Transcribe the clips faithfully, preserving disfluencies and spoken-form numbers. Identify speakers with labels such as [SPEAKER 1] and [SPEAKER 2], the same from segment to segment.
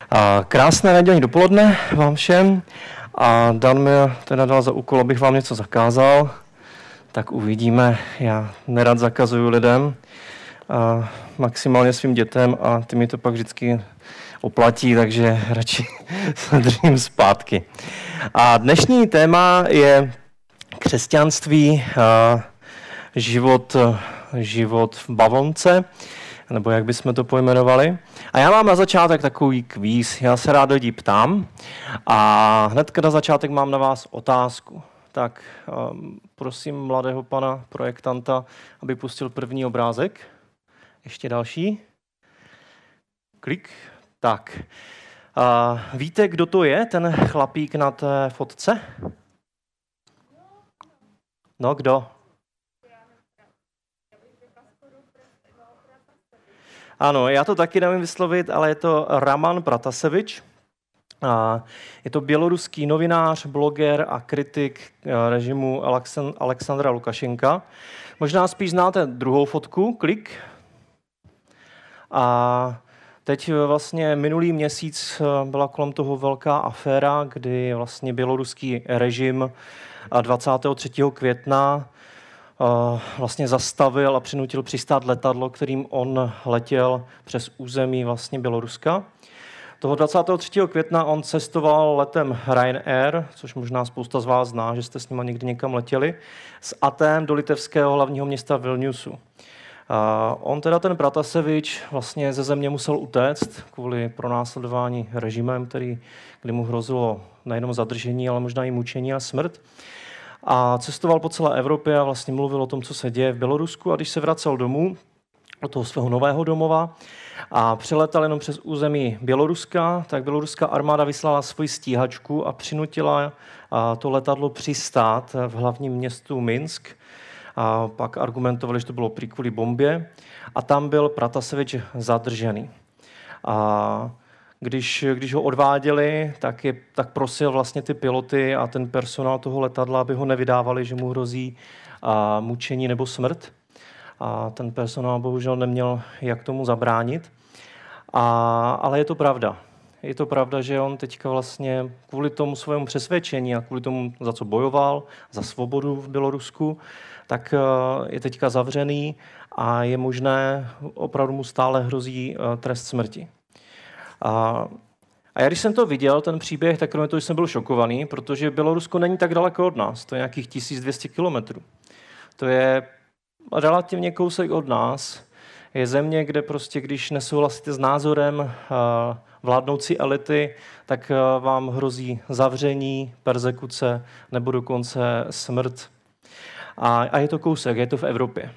[SPEAKER 1] A krásné nedělní dopoledne vám všem. A Dan mi teda dal za úkol, abych vám něco zakázal. Tak uvidíme. Já nerad zakazuju lidem, a maximálně svým dětem, a ty mi to pak vždycky oplatí, takže radši se držím zpátky. A dnešní téma je křesťanství, život, život v bavlnce, nebo jak bychom to pojmenovali. A já mám na začátek takový kvíz. Já se rád lidí ptám a hnedka na začátek mám na vás otázku. Tak um, prosím mladého pana projektanta, aby pustil první obrázek. Ještě další. Klik. Tak. Uh, víte, kdo to je, ten chlapík na té fotce? No, kdo? Ano, já to taky nevím vyslovit, ale je to Raman Pratasevič. Je to běloruský novinář, bloger a kritik režimu Alexandra Lukašenka. Možná spíš znáte druhou fotku, klik. A teď vlastně minulý měsíc byla kolem toho velká aféra, kdy vlastně běloruský režim dvacátého třetího května vlastně zastavil a přinutil přistát letadlo, kterým on letěl přes území vlastně Běloruska. Toho dvacátého třetího května on cestoval letem Ryanair, což možná spousta z vás zná, že jste s nima někdy někam letěli, z Athén do litevského hlavního města Vilniusu. On teda, ten Pratasevič, vlastně ze země musel utéct kvůli pronásledování režimem, který, kdy mu hrozilo nejenom zadržení, ale možná i mučení a smrt. A cestoval po celé Evropě a vlastně mluvil o tom, co se děje v Bělorusku. A když se vracel domů, do toho svého nového domova, a přiletal jenom přes území Běloruska, tak běloruská armáda vyslala svoji stíhačku a přinutila to letadlo přistát v hlavním městu Minsk. A pak argumentovali, že to bylo prý kvůli bombě. A tam byl Pratasevič zadržený. A Když, když ho odváděli, tak, je, tak prosil vlastně ty piloty a ten personál toho letadla, aby ho nevydávali, že mu hrozí a, mučení nebo smrt. A ten personál bohužel neměl jak tomu zabránit. A, ale je to pravda. Je to pravda, že on teďka vlastně kvůli tomu svému přesvědčení a kvůli tomu, za co bojoval, za svobodu v Bělorusku, tak je teďka zavřený a je možné, opravdu mu stále hrozí trest smrti. A, a já když jsem to viděl, ten příběh, tak kromě toho jsem byl šokovaný, protože Bělorusko není tak daleko od nás, to je nějakých tisíc dvě stě kilometrů. To je relativně kousek od nás. Je země, kde prostě, když nesouhlasíte s názorem vládnoucí elity, tak vám hrozí zavření, perzekuce nebo dokonce smrt. A, a je to kousek, je to v Evropě.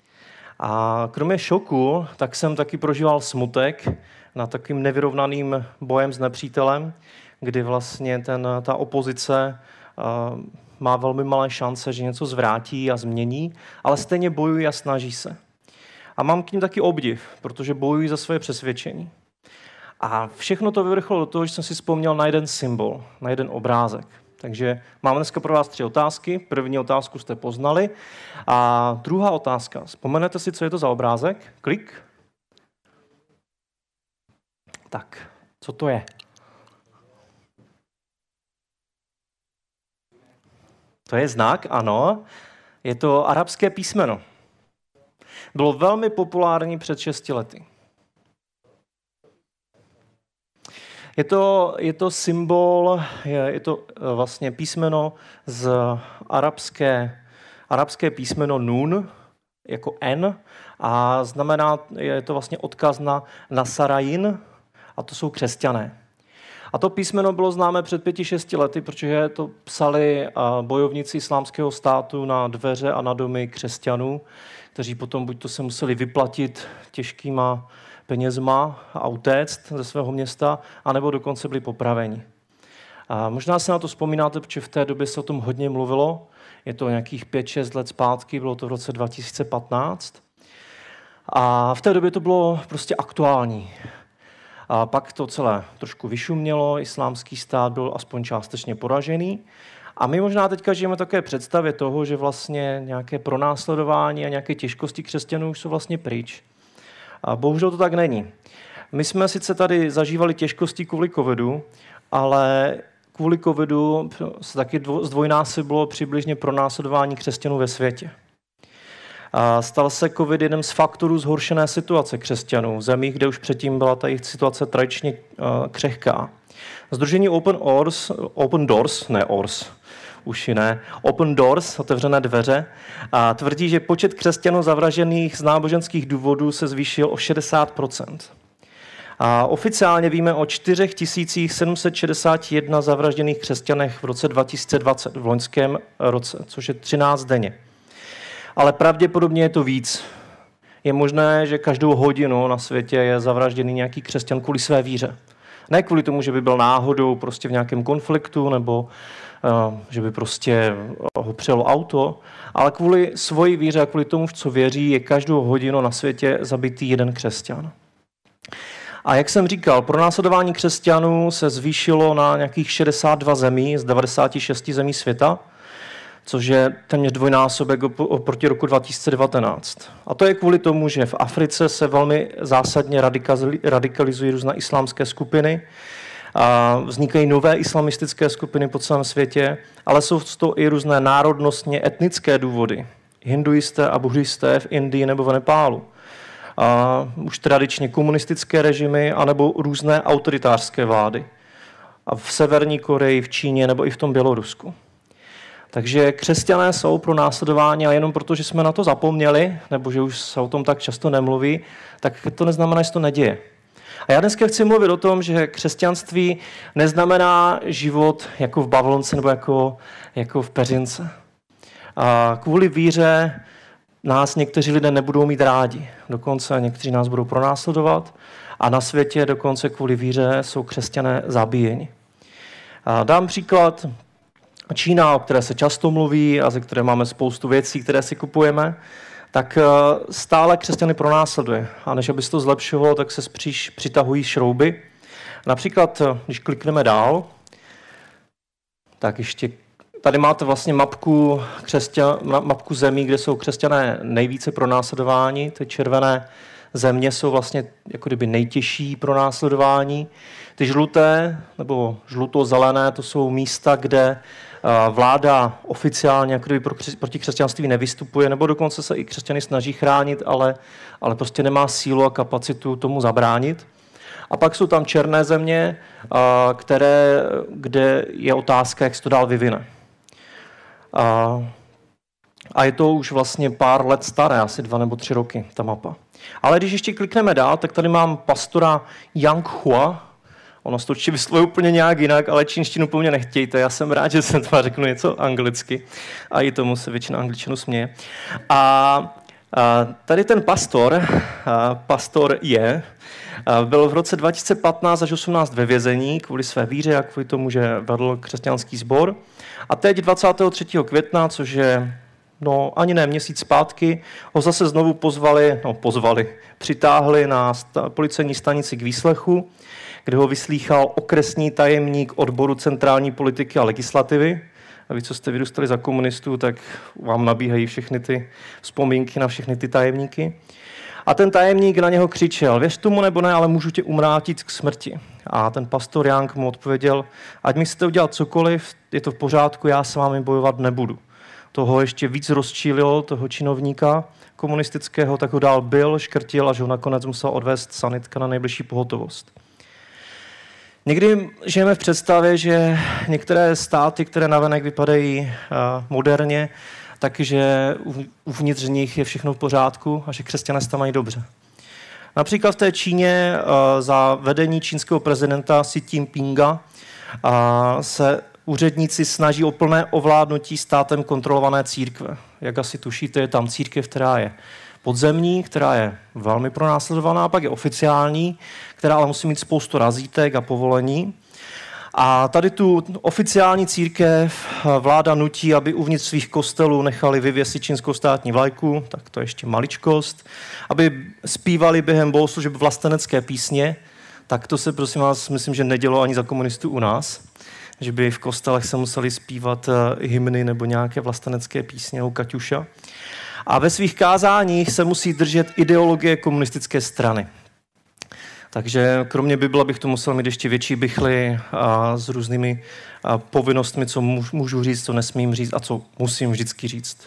[SPEAKER 1] A kromě šoku, tak jsem taky prožíval smutek nad takovým nevyrovnaným bojem s nepřítelem, kdy vlastně ten, ta opozice uh, má velmi malé šance, že něco zvrátí a změní, ale stejně bojují a snaží se. A mám k ním taky obdiv, protože bojují za své přesvědčení. A všechno to vyvrcholilo do toho, že jsem si vzpomněl na jeden symbol, na jeden obrázek. Takže mám dneska pro vás tři otázky. První otázku jste poznali. A druhá otázka. Vzpomenete si, co je to za obrázek? Klik. Tak, co to je? To je znak, ano. Je to arabské písmeno. Bylo velmi populární před šesti lety. Je to, je to symbol, je, je to vlastně písmeno z arabské, arabské písmeno nun, jako N, a znamená, je to vlastně odkaz na Nasarajin, a to jsou křesťané. A to písmeno bylo známé před pěti, šesti lety, protože to psali bojovníci islámského státu na dveře a na domy křesťanů, kteří potom buď to se museli vyplatit těžkýma penězma a utéct ze svého města, anebo dokonce byli popraveni. A možná se na to vzpomínáte, protože v té době se o tom hodně mluvilo. Je to nějakých pět šest let zpátky, bylo to v roce dva tisíce patnáct. A v té době to bylo prostě aktuální. A pak to celé trošku vyšumělo, islámský stát byl aspoň částečně poražený. A my možná teďka žijeme také představě toho, že vlastně nějaké pronásledování a nějaké těžkosti křesťanů už jsou vlastně pryč. A bohužel to tak není. My jsme sice tady zažívali těžkosti kvůli covidu, ale kvůli covidu se taky zdvojnásobilo přibližně pronásledování křesťanů ve světě. A stal se covid jedním z faktorů zhoršené situace křesťanů v zemích, kde už předtím byla ta jejich situace tradičně křehká. Sdružení Open Doors, Open Doors, ne Ors, už ne, Open Doors, otevřené dveře, a tvrdí, že počet křesťanů zavražděných z náboženských důvodů se zvýšil o šedesát procent. A oficiálně víme o čtyři tisíce sedm set šedesát jedna zavražděných křesťanech v roce dva tisíce dvacet, v loňském roce, což je třináct denně. Ale pravděpodobně je to víc. Je možné, že každou hodinu na světě je zavražděný nějaký křesťan kvůli své víře. Ne kvůli tomu, že by byl náhodou prostě v nějakém konfliktu nebo uh, že by prostě ho přijelo auto, ale kvůli svojí víře a kvůli tomu, v co věří, je každou hodinu na světě zabitý jeden křesťan. A jak jsem říkal, pronásledování křesťanů se zvýšilo na nějakých šedesát dva zemí z devadesát šest zemí světa, což je téměř dvojnásobek oproti roku dva tisíce devatenáct. A to je kvůli tomu, že v Africe se velmi zásadně radikalizují různé islámské skupiny, a vznikají nové islamistické skupiny po celém světě, ale jsou to i různé národnostně etnické důvody. Hinduisté a buddhisté v Indii nebo v Nepálu. A už tradičně komunistické režimy anebo různé autoritářské vlády. A v Severní Koreji, v Číně nebo i v tom Bělorusku. Takže křesťané jsou pro následování a jenom proto, že jsme na to zapomněli, nebo že už se o tom tak často nemluví, tak to neznamená, že to neděje. A já dneska chci mluvit o tom, že křesťanství neznamená život jako v bavlnce nebo jako, jako v peřince. A kvůli víře nás někteří lidé nebudou mít rádi. Dokonce někteří nás budou pronásledovat a na světě dokonce kvůli víře jsou křesťané zabíjeni. A dám příklad. Čína, o které se často mluví a ze které máme spoustu věcí, které si kupujeme, tak stále křesťany pronásleduje. A než aby se to zlepšilo, tak se spíš přitahují šrouby. Například, když klikneme dál, tak ještě tady máte vlastně mapku, křesťan, mapku zemí, kde jsou křesťané nejvíce pronásledováni. Ty červené země jsou vlastně jako kdyby nejtěžší pronásledování. Ty žluté nebo žluto-zelené, to jsou místa, kde vláda oficiálně jako kdyby proti křesťanství nevystupuje, nebo dokonce se i křesťany snaží chránit, ale, ale prostě nemá sílu a kapacitu tomu zabránit. A pak jsou tam černé země, které, kde je otázka, jak se to dál vyvine. A, a je to už vlastně pár let staré, asi dva nebo tři roky, ta mapa. Ale když ještě klikneme dál, tak tady mám pastora Yang Hua. Ono se to určitě vyslovuje úplně nějak jinak, ale čínštinu po mně nechtějte. Já jsem rád, že jsem to řeknu něco anglicky. A i tomu se většina Angličanů směje. A, a tady ten pastor, a pastor je, a byl v roce dva tisíce patnáct až osmnáct ve vězení kvůli své víře a kvůli tomu, že vedl křesťanský sbor. A teď dvacátého třetího května, což je no ani ne měsíc zpátky, ho zase znovu pozvali, no pozvali, přitáhli na sta- policejní stanici k výslechu, kde ho vyslýchal okresní tajemník odboru centrální politiky a legislativy. A vy, co jste vyrůstali za komunistů, tak vám nabíhají všechny ty vzpomínky na všechny ty tajemníky. A ten tajemník na něho křičel, věř tomu nebo ne, ale můžu tě umrátit k smrti. A ten pastor Yang mu odpověděl, ať mi chcete udělat cokoliv, je to v pořádku, já s vámi bojovat nebudu. Toho ještě víc rozčílilo, toho činovníka komunistického, tak ho dál byl, škrtil, až ho nakonec musel odvést sanitka na nejbližší pohotovost. Někdy žijeme v představě, že některé státy, které navenek vypadají uh, moderně, takže uvnitř nich je všechno v pořádku a že křesťané se tam mají dobře. Například v té Číně uh, za vedení čínského prezidenta Xi Jinpinga uh, se úředníci snaží o plné ovládnutí státem kontrolované církve. Jak asi tušíte, je tam církev, která je podzemní, která je velmi pronásledovaná, pak je oficiální, která ale musí mít spoustu razítek a povolení. A tady tu oficiální církev vláda nutí, aby uvnitř svých kostelů nechali vyvěsit čínskou státní vlajku, tak to je ještě maličkost, aby zpívali během bohoslužeb vlastenecké písně, tak to se prosím vás, myslím, že nedělo ani za komunistů u nás, že by v kostelech se museli zpívat hymny nebo nějaké vlastenecké písně nebo Kaťuša. A ve svých kázáních se musí držet ideologie komunistické strany. Takže kromě Bible bych to musel mít ještě větší bychly a s různými a povinnostmi, co můžu říct, co nesmím říct a co musím vždycky říct.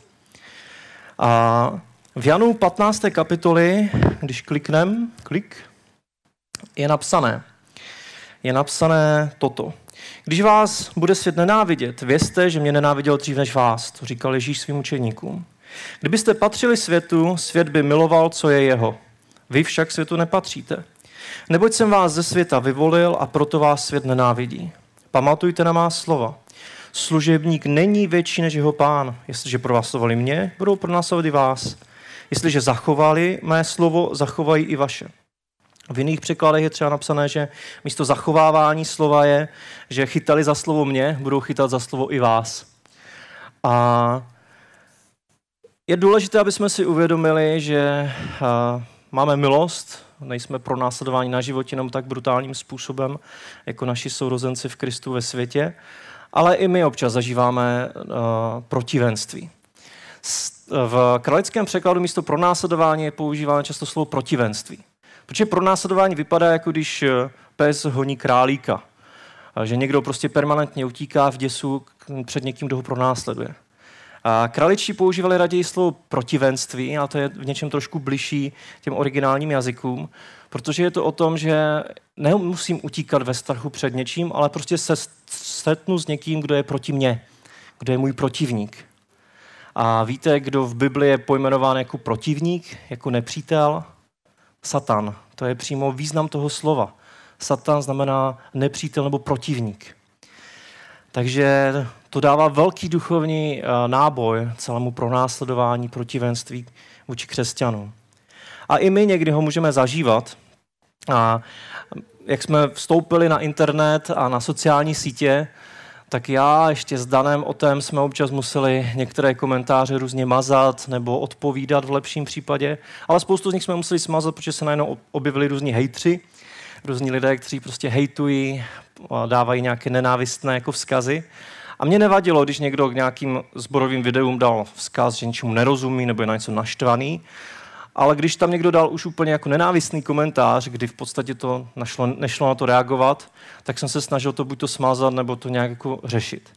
[SPEAKER 1] A v Janu patnácté kapitoli, když kliknem, klik, je napsané, je napsané toto. Když vás bude svět nenávidět, vězte, že mě nenáviděl dřív než vás, to říkal Ježíš svým učeníkům. Kdybyste patřili světu, svět by miloval, co je jeho. Vy však světu nepatříte. Neboť jsem vás ze světa vyvolil a proto vás svět nenávidí. Pamatujte na má slova. Služebník není větší než jeho pán. Jestliže pronásledovali mě, budou pronásledovat i vás. Jestliže zachovali mé slovo, zachovají i vaše. V jiných překladech je třeba napsané, že místo zachovávání slova je, že chytali za slovo mě, budou chytat za slovo i vás. A je důležité, aby jsme si uvědomili, že máme milost, nejsme pronásledováni na životě jenom tak brutálním způsobem, jako naši sourozenci v Kristu ve světě, ale i my občas zažíváme uh, protivenství. V kralickém překladu místo pronásledování je používáno často slovo protivenství. Protože pronásledování vypadá, jako když pes honí králíka. Že někdo prostě permanentně utíká v děsu před někým, kdo ho pronásleduje. A kraličtí používali raději slovo protivenství, a to je v něčem trošku bližší těm originálním jazykům, protože je to o tom, že nemusím utíkat ve strachu před něčím, ale prostě se setnu s někým, kdo je proti mně, kdo je můj protivník. A víte, kdo v Bibli je pojmenován jako protivník, jako nepřítel? Satan. To je přímo význam toho slova. Satan znamená nepřítel nebo protivník. Takže to dává velký duchovní náboj celému pronásledování, protivenství vůči křesťanům. A i my někdy ho můžeme zažívat. A jak jsme vstoupili na internet a na sociální sítě, tak já ještě s Danem Otem jsme občas museli některé komentáře různě mazat nebo odpovídat v lepším případě, ale spoustu z nich jsme museli smazat, protože se najednou objevili různí hejtři, různí lidé, kteří prostě hejtují a dávají nějaké nenávistné jako vzkazy. A mě nevadilo, když někdo k nějakým sborovým videům dal vzkaz, že ničemu nerozumí nebo je na něco naštvaný, ale když tam někdo dal už úplně jako nenávistný komentář, kdy v podstatě to nešlo, nešlo na to reagovat, tak jsem se snažil to buď to smázat, nebo to nějak jako řešit.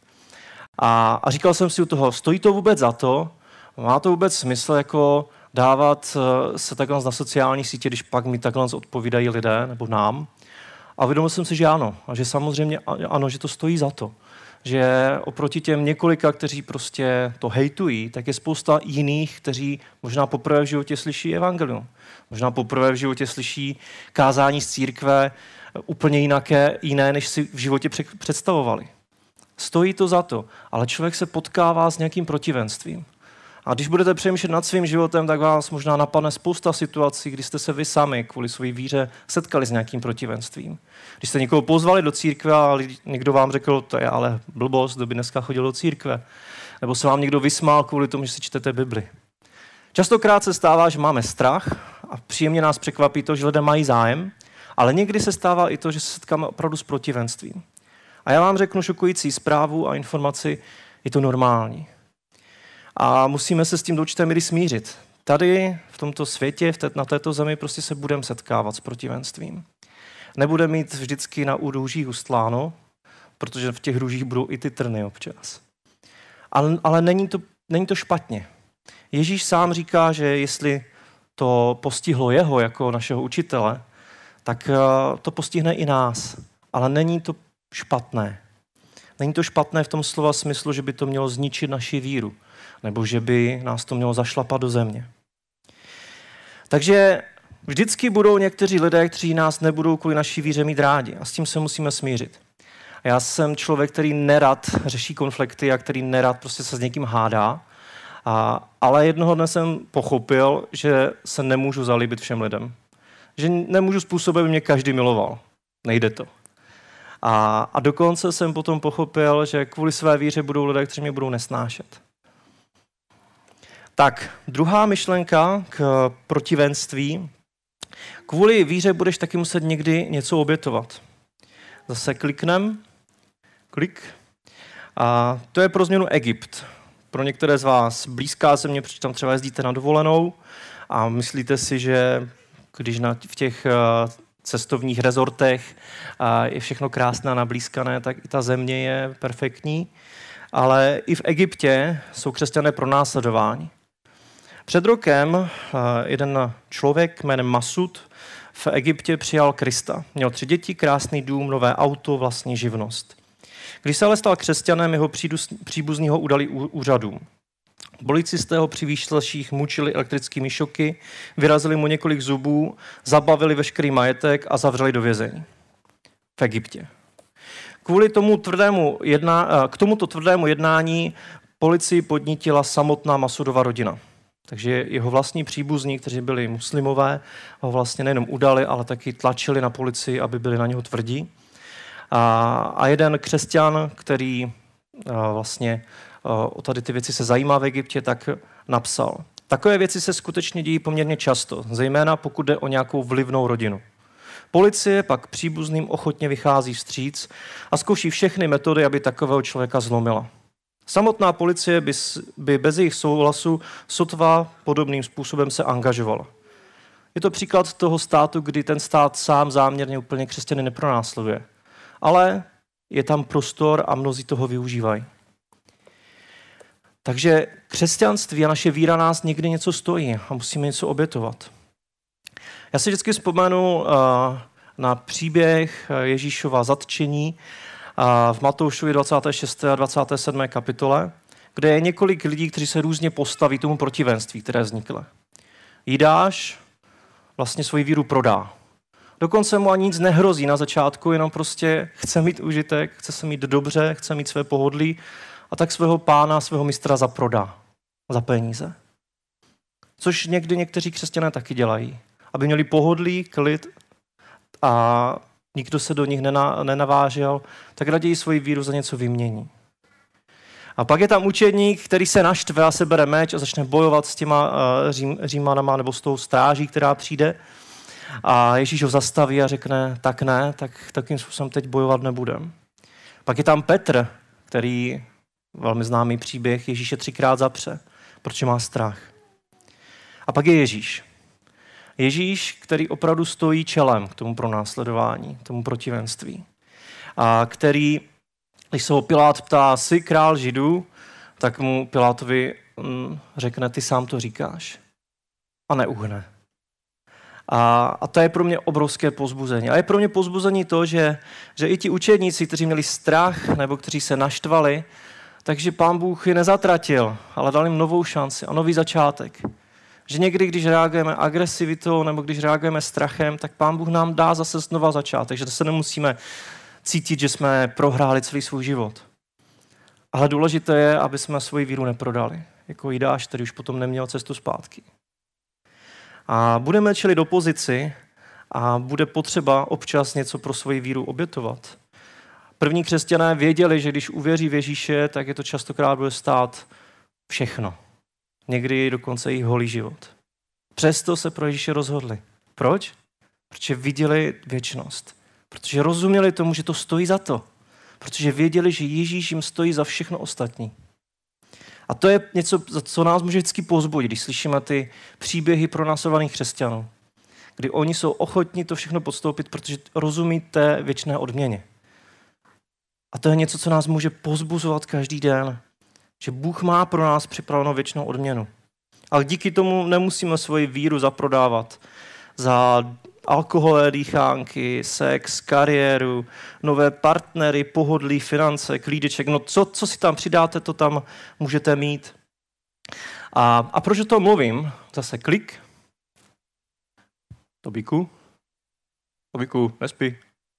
[SPEAKER 1] A, a říkal jsem si u toho, stojí to vůbec za to? Má to vůbec smysl jako dávat se takhle na sociální sítě, když pak mi takhle odpovídají lidé nebo nám? A uvědomil jsem si, že ano. A že samozřejmě ano, že to stojí za to. Že oproti těm několika, kteří prostě to hejtují, tak je spousta jiných, kteří možná poprvé v životě slyší evangelium. Možná poprvé v životě slyší kázání z církve úplně jinaké, jiné, než si v životě představovali. Stojí to za to, ale člověk se potkává s nějakým protivenstvím. A když budete přemýšlet nad svým životem, tak vás možná napadne spousta situací, kdy jste se vy sami kvůli své víře setkali s nějakým protivenstvím. Když jste někoho pozvali do církve a někdo vám řekl, to je ale blbost, kdo by dneska chodil do církve. Nebo se vám někdo vysmál kvůli tomu, že si čtete Bibli. Častokrát se stává, že máme strach a příjemně nás překvapí to, že lidé mají zájem, ale někdy se stává i to, že se setkáme opravdu s protivenstvím. A já vám řeknu šokující zprávu a informaci, je to normální. A musíme se s tím do určité míry smířit. Tady, v tomto světě, v té, na této zemi, prostě se budeme setkávat s protivenstvím. Nebudeme mít vždycky na růžích ustláno, protože v těch růžích budou i ty trny občas. Ale, ale není, to, není to špatně. Ježíš sám říká, že jestli to postihlo jeho jako našeho učitele, tak to postihne i nás. Ale není to špatné. Není to špatné v tom slova smyslu, že by to mělo zničit naši víru, nebo že by nás to mělo zašlapat do země. Takže vždycky budou někteří lidé, kteří nás nebudou kvůli naší víře mít rádi. A s tím se musíme smířit. Já jsem člověk, který nerad řeší konflikty a který nerad prostě se s někým hádá. A, ale jednoho dne jsem pochopil, že se nemůžu zalíbit všem lidem. Že nemůžu způsobit, aby mě každý miloval. Nejde to. A, a dokonce jsem potom pochopil, že kvůli své víře budou lidé, kteří mě budou nesnášet. Tak, druhá myšlenka k protivenství. Kvůli víře budeš taky muset někdy něco obětovat. Zase kliknem. Klik. A to je pro změnu Egypt. Pro některé z vás blízká země, protože tam třeba jezdíte na dovolenou a myslíte si, že když na, v těch cestovních rezortech a je všechno krásné a nablízkané, tak i ta země je perfektní. Ale i v Egyptě jsou křesťané pronásledováni. Před rokem jeden člověk jménem Masud v Egyptě přijal Krista. Měl tři děti, krásný dům, nové auto, vlastní živnost. Když se ale stal křesťanem, jeho příbuzní ho udali úřadům. Policisté ho při výsleších mučili elektrickými šoky, vyrazili mu několik zubů, zabavili veškerý majetek a zavřeli do vězení. V Egyptě. Kvůli tomu tvrdému jedná, k tomuto tvrdému jednání policii podnítila samotná Masudova rodina. Takže jeho vlastní příbuzní, kteří byli muslimové, ho vlastně nejenom udali, ale taky tlačili na policii, aby byli na něho tvrdí. A, a jeden křesťan, který a, vlastně a, o tady ty věci se zajímá v Egyptě, tak napsal. Takové věci se skutečně dějí poměrně často, zejména pokud jde o nějakou vlivnou rodinu. Policie pak příbuzným ochotně vychází vstříc a zkouší všechny metody, aby takového člověka zlomila. Samotná policie by, by bez jejich souhlasu sotva podobným způsobem se angažovala. Je to příklad toho státu, kdy ten stát sám záměrně úplně křesťany nepronásleduje. Ale je tam prostor a mnozí toho využívají. Takže křesťanství a naše víra nás někdy něco stojí a musíme něco obětovat. Já si vždycky vzpomenu na příběh Ježíšova zatčení v Matoušově dvacáté šesté a dvacáté sedmé kapitole, kde je několik lidí, kteří se různě postaví tomu protivenství, které vzniklo. Jidáš vlastně svoji víru prodá. Dokonce mu ani nic nehrozí na začátku, jenom prostě chce mít užitek, chce se mít dobře, chce mít své pohodlí a tak svého pána, svého mistra zaprodá za peníze. Což někdy někteří křesťané taky dělají. Aby měli pohodlí, klid a nikdo se do nich nenavážel, tak raději svoji víru za něco vymění. A pak je tam učedník, který se naštve a sebere meč a začne bojovat s těma řím, římanama nebo s tou stráží, která přijde. A Ježíš ho zastaví a řekne, tak ne, tak takým způsobem teď bojovat nebudem. Pak je tam Petr, který, velmi známý příběh, Ježíše třikrát zapře, protože má strach. A pak je Ježíš. Ježíš, který opravdu stojí čelem k tomu pronásledování, tomu protivenství. A který, když se ho Pilát ptá, jsi král Židů, tak mu Pilátovi mm, řekne, ty sám to říkáš. A neuhne. A, a to je pro mě obrovské povzbuzení. A je pro mě povzbuzení to, že, že i ti učedníci, kteří měli strach nebo kteří se naštvali, takže Pán Bůh je nezatratil, ale dal jim novou šanci a nový začátek. Že někdy, když reagujeme agresivitou nebo když reagujeme strachem, tak Pán Bůh nám dá zase znova začátek, že se nemusíme cítit, že jsme prohráli celý svůj život. Ale důležité je, aby jsme svoji víru neprodali, jako Jidáš, který už potom neměl cestu zpátky. A budeme čelit opozici a bude potřeba občas něco pro svoji víru obětovat. První křesťané věděli, že když uvěří v Ježíše, tak je to častokrát bude stát všechno. Někdy dokonce i holý život. Přesto se pro Ježíše rozhodli. Proč? Protože viděli věčnost. Protože rozuměli tomu, že to stojí za to. Protože věděli, že Ježíš jim stojí za všechno ostatní. A to je něco, co nás může vždycky povzbudit, když slyšíme ty příběhy pronásledovaných křesťanů. Kdy oni jsou ochotní to všechno podstoupit, protože rozumí té věčné odměně. A to je něco, co nás může povzbuzovat každý den. Že Bůh má pro nás připravenou věčnou odměnu. Ale díky tomu nemusíme svoji víru zaprodávat za alkoholové dýchánky, sex, kariéru, nové partnery, pohodlí, finance, klídeček. No co, co si tam přidáte, to tam můžete mít. A, a proč o tom mluvím? Zase klik. Tobíku. Tobíku, nespí.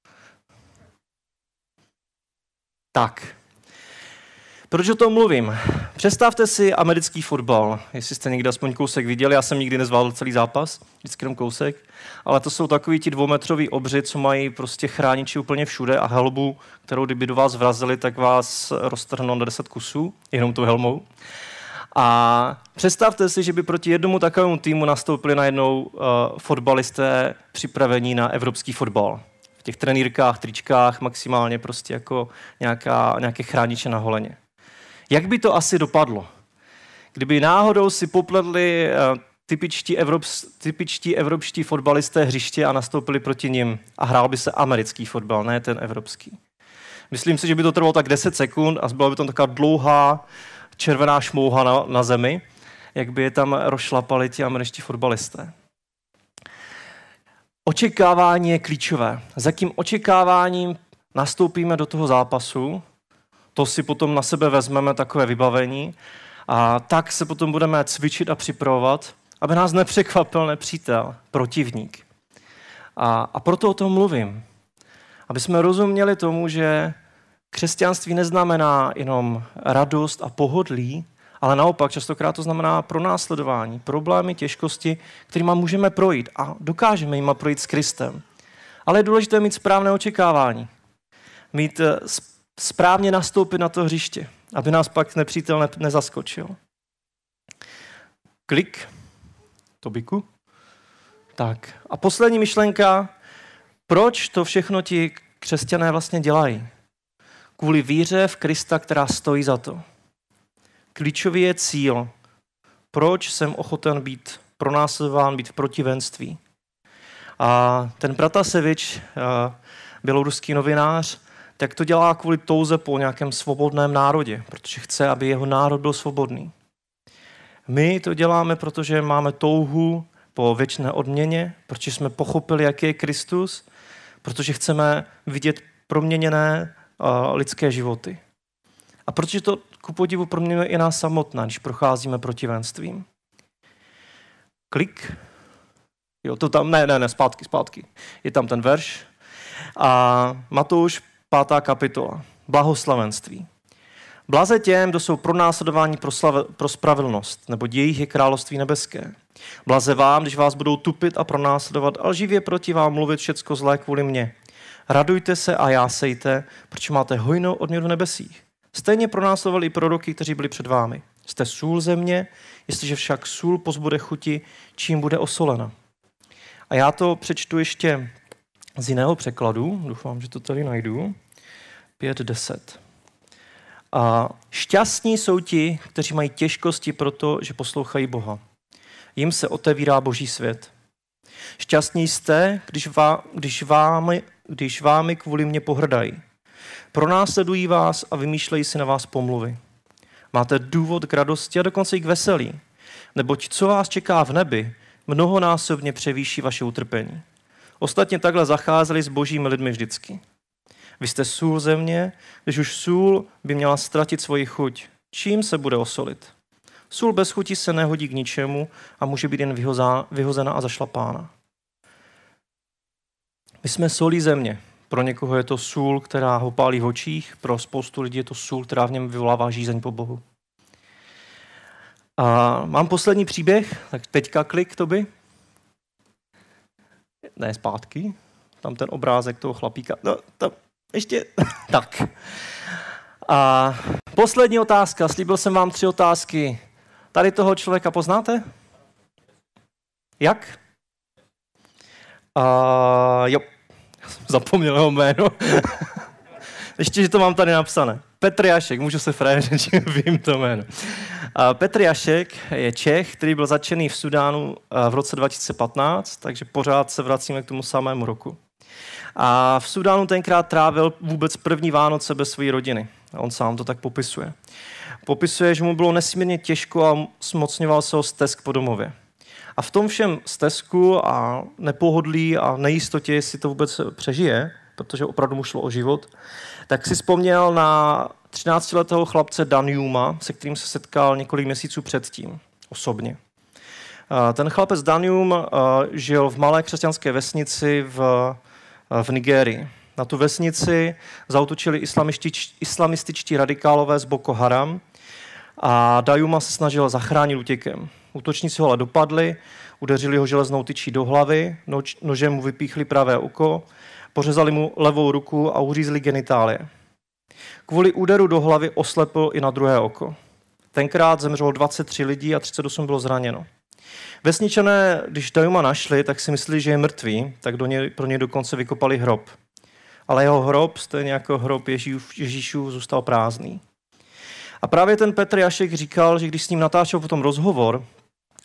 [SPEAKER 1] Tak. Proč o tom mluvím? Představte si americký fotbal, jestli jste někdy aspoň kousek viděli, já jsem nikdy nezvládl celý zápas, vždycky jenom kousek, ale to jsou takový ti dvoumetroví obři, co mají prostě chrániči úplně všude a helmu, kterou kdyby do vás vrazili, tak vás roztrhnou na deset kusů, jenom tu helmou. A představte si, že by proti jednomu takovému týmu nastoupili najednou uh, fotbalisté připravení na evropský fotbal. V těch trenýrkách, tričkách, maximálně prostě jako nějaká, nějaké chrániče na holeně. Jak by to asi dopadlo? Kdyby náhodou si popletli typičtí, evrop, typičtí evropští fotbalisté hřiště a nastoupili proti nim a hrál by se americký fotbal, ne ten evropský. Myslím si, že by to trvalo tak deset sekund a byla by tam taková dlouhá červená šmouha na, na zemi, jak by je tam rozšlapali ti američtí fotbalisté. Očekávání je klíčové. S jakým očekáváním nastoupíme do toho zápasu, to si potom na sebe vezmeme takové vybavení a tak se potom budeme cvičit a připravovat, aby nás nepřekvapil nepřítel, protivník. A, a proto o tom mluvím. Aby jsme rozuměli tomu, že křesťanství neznamená jenom radost a pohodlí, ale naopak častokrát to znamená pronásledování, problémy, těžkosti, kterými můžeme projít a dokážeme jima projít s Kristem. Ale je důležité mít správné očekávání. Mít správně nastoupit na to hřiště, aby nás pak nepřítel ne- nezaskočil. Klik. Tobiku. Tak. A poslední myšlenka. Proč to všechno ti křesťané vlastně dělají? Kvůli víře v Krista, která stojí za to. Klíčový je cíl. Proč jsem ochoten být pronásledován, být v protivenství? A ten Pratasevič, běloruský novinář, tak to dělá kvůli touze po nějakém svobodném národě, protože chce, aby jeho národ byl svobodný. My to děláme, protože máme touhu po věčné odměně, protože jsme pochopili, jaký je Kristus, protože chceme vidět proměněné uh, lidské životy. A protože to ku podivu proměňuje i nás samotné, když procházíme protivenstvím. Klik. Jo, to tam, ne, ne, ne, zpátky, zpátky. Je tam ten verš. A Matouš, pátá kapitola. Blahoslavenství. Blaze těm, kdo jsou pronásledováni pro, slave, pro spravedlnost, nebo jejich je království nebeské. Blaze vám, když vás budou tupit a pronásledovat a lživě proti vám mluvit všecko zlé kvůli mně. Radujte se a jásejte, protože máte hojnou odměnu v nebesích. Stejně pronásledovali i proroky, kteří byli před vámi. Jste sůl země, jestliže však sůl pozbude chuti, čím bude osolena. A já to přečtu ještě z jiného překladu, doufám, že to tady najdu. pět deset. A šťastní jsou ti, kteří mají těžkosti proto, že poslouchají Boha. Jim se otevírá Boží svět. Šťastní jste, když, vá, když, vámi, když vámi kvůli mě pohrdají. Pronásledují vás a vymýšlejí si na vás pomluvy. Máte důvod k radosti a dokonce i k veselí. Neboť co vás čeká v nebi, mnohonásobně převýší vaše utrpení. Ostatně takhle zacházeli s božími lidmi vždycky. Vy jste sůl země, když už sůl by měla ztratit svoji chuť. Čím se bude osolit? Sůl bez chuti se nehodí k ničemu a může být jen vyhozena a zašlapána. My jsme solí země. Pro někoho je to sůl, která ho pálí v očích, pro spoustu lidí je to sůl, která v něm vyvolává žízeň po Bohu. A mám poslední příběh, tak teďka klik, Toby. Ne, zpátky. Tam ten obrázek toho chlapíka. No, tam, ještě, tak. A poslední otázka, slíbil jsem vám tři otázky. Tady toho člověka poznáte? Jak? A jo, zapomněl jeho jméno. Ještě, že to mám tady napsané. Petr Jašek, můžu se frajeřit, že vím to jméno. A Petr Jašek je Čech, který byl zatčený v Sudánu v roce dva tisíce patnáct, takže pořád se vracíme k tomu samému roku. A v Sudánu tenkrát trávil vůbec první Vánoce bez své rodiny. On sám to tak popisuje. Popisuje, že mu bylo nesmírně těžko a zmocňoval se o stesk po domově. A v tom všem stesku a nepohodlí a nejistotě, jestli to vůbec přežije, protože opravdu mu šlo o život, tak si vzpomněl na třináctiletého chlapce Daniuma, se kterým se setkal několik měsíců předtím, osobně. Ten chlapec Danium žil v malé křesťanské vesnici v, v Nigérii. Na tu vesnici zaútočili islamističtí radikálové z Boko Haram a Daniuma se snažil zachránit útěkem. Útočníci ho ale dopadli, udeřili ho železnou tyčí do hlavy, nož, nožem mu vypíchli pravé oko, pořezali mu levou ruku a uřízli genitálie. Kvůli úderu do hlavy oslepl i na druhé oko. Tenkrát zemřelo dvacet tři lidí a třicet osm bylo zraněno. Vesničané, když Daniuma našli, tak si mysleli, že je mrtvý, tak do něj, pro něj dokonce vykopali hrob. Ale jeho hrob, stejně jako hrob Ježíšův, zůstal prázdný. A právě ten Petr Jašek říkal, že když s ním natáčel potom rozhovor,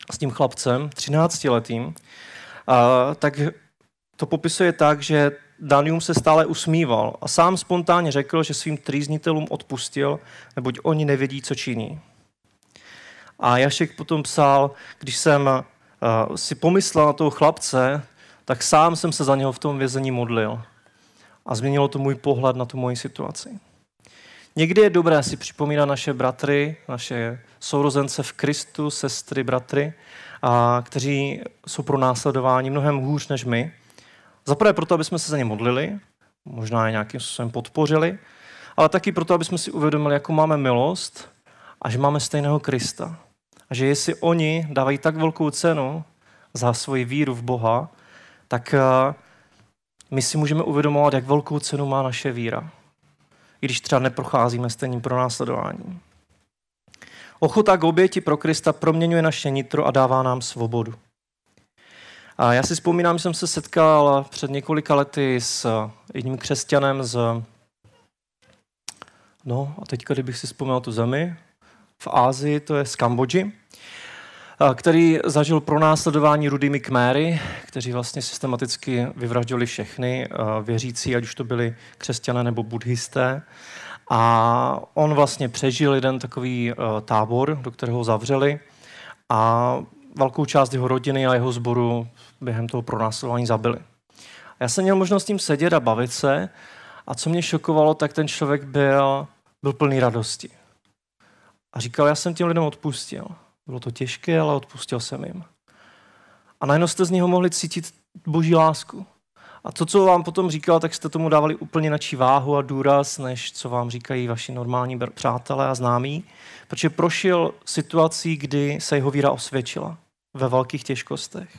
[SPEAKER 1] s tím chlapcem, třináctiletým, a, tak to popisuje tak, že Danium se stále usmíval a sám spontánně řekl, že svým trýznitelům odpustil, neboť oni nevědí, co činí. A Jašek potom psal, když jsem uh, si pomyslel na toho chlapce, tak sám jsem se za něho v tom vězení modlil. A změnilo to můj pohled na tu moji situaci. Někdy je dobré si připomínat naše bratry, naše sourozence v Kristu, sestry, bratry, a kteří jsou pro následování mnohem hůř než my. Zaprvé proto, aby jsme se za ně modlili, možná je nějakým způsobem podpořili, ale taky proto, aby jsme si uvědomili, jakou máme milost a že máme stejného Krista. A že jestli oni dávají tak velkou cenu za svoji víru v Boha, tak my si můžeme uvědomovat, jak velkou cenu má naše víra. I když třeba neprocházíme stejným pronásledováním. Ochota k oběti pro Krista proměňuje naše nitro a dává nám svobodu. A já si vzpomínám, že jsem se setkal před několika lety s jedním křesťanem z... No a teďka, kdybych si vzpomněl tu zemi, v Ázii, to je z Kambodži, který zažil pronásledování rudými Kméry, kteří vlastně systematicky vyvraždili všechny věřící, ať už to byli křesťané nebo buddhisté. A on vlastně přežil jeden takový tábor, do kterého ho zavřeli a velkou část jeho rodiny a jeho sboru během toho pronásledování zabili. A já jsem měl možnost s tím sedět a bavit se a co mě šokovalo, tak ten člověk byl, byl plný radosti. A říkal, já jsem těm lidem odpustil. Bylo to těžké, ale odpustil jsem jim. A najednou jste z něho mohli cítit boží lásku. A to, co vám potom říkal, tak jste tomu dávali úplně naší váhu a důraz, než co vám říkají vaši normální přátelé a známí, protože prošel situací, kdy se jeho víra osvědčila ve velkých těžkostech.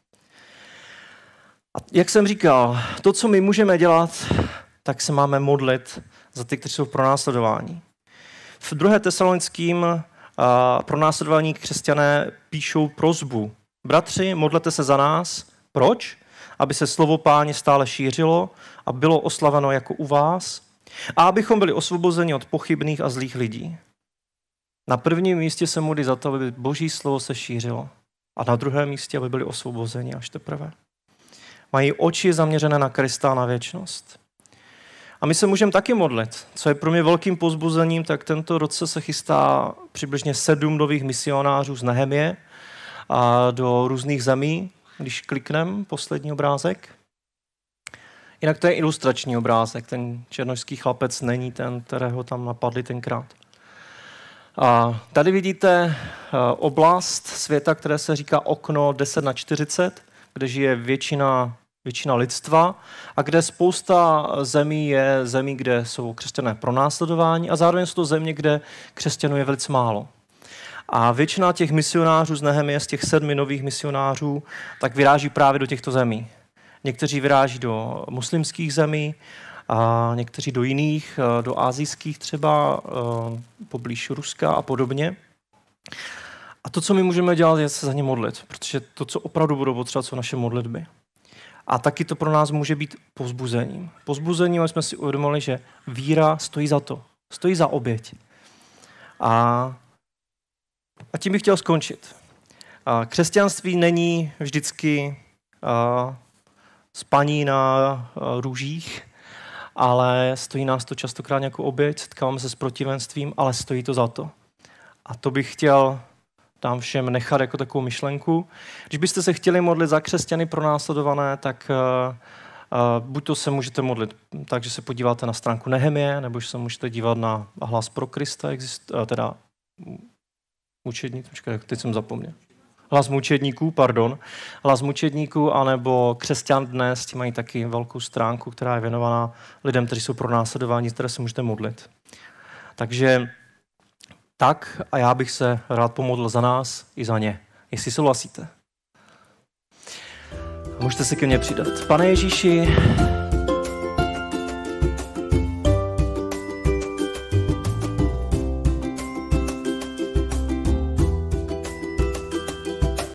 [SPEAKER 1] A jak jsem říkal, to, co my můžeme dělat, tak se máme modlit za ty, kteří jsou pronásledování. V druhé Tesalonickým pronásledování křesťané píšou prosbu. Bratři, modlete se za nás. Proč? Aby se slovo Páně stále šířilo a bylo oslaveno jako u vás a abychom byli osvobozeni od pochybných a zlých lidí. Na prvním místě se modlí za to, aby boží slovo se šířilo a na druhém místě, aby byli osvobozeni až teprve. Mají oči zaměřené na Krista a na věčnost. A my se můžeme taky modlit. Co je pro mě velkým povzbuzením, tak tento roce se chystá přibližně sedm nových misionářů z Nehemie a do různých zemí. Když kliknem poslední obrázek. Jinak to je ilustrační obrázek. Ten černošský chlapec není ten, kterého tam napadli tenkrát. A tady vidíte oblast světa, které se říká okno deset na čtyřicet, kde žije většina, většina lidstva a kde spousta zemí je zemí, kde jsou křesťané pronásledování a zároveň jsou to země, kde křesťanů je velice málo. A většina těch misionářů z Nehemie, z těch sedmi nových misionářů, tak vyráží právě do těchto zemí. Někteří vyráží do muslimských zemí, a někteří do jiných, do asijských třeba, poblíž Ruska a podobně. A to, co my můžeme dělat, je se za ně modlit, protože to, co opravdu budou potřebovat, jsou naše modlitby. A taky to pro nás může být povzbuzením. Povzbuzením, jsme si uvědomili, že víra stojí za to, stojí za oběť. A A tím bych chtěl skončit. Křesťanství není vždycky spaní na růžích, ale stojí nás to častokrát jako oběť, setkáváme se s protivenstvím, ale stojí to za to. A to bych chtěl tam všem nechat jako takovou myšlenku. Když byste se chtěli modlit za křesťany pronásledované, tak buď to se můžete modlit, takže se podíváte na stránku Nehemie, nebo se můžete dívat na Hlas pro Krista, teda mučedník, počkej, teď jsem zapomněl. Hlas mučedníků, pardon. Hlas mučedníků, anebo Křesťan dnes, ti mají taky velkou stránku, která je věnovaná lidem, kteří jsou pronásledováni, které se můžete modlit. Takže tak a já bych se rád pomodlil za nás i za ně, jestli souhlasíte. Můžete se ke mně přidat. Pane Ježíši,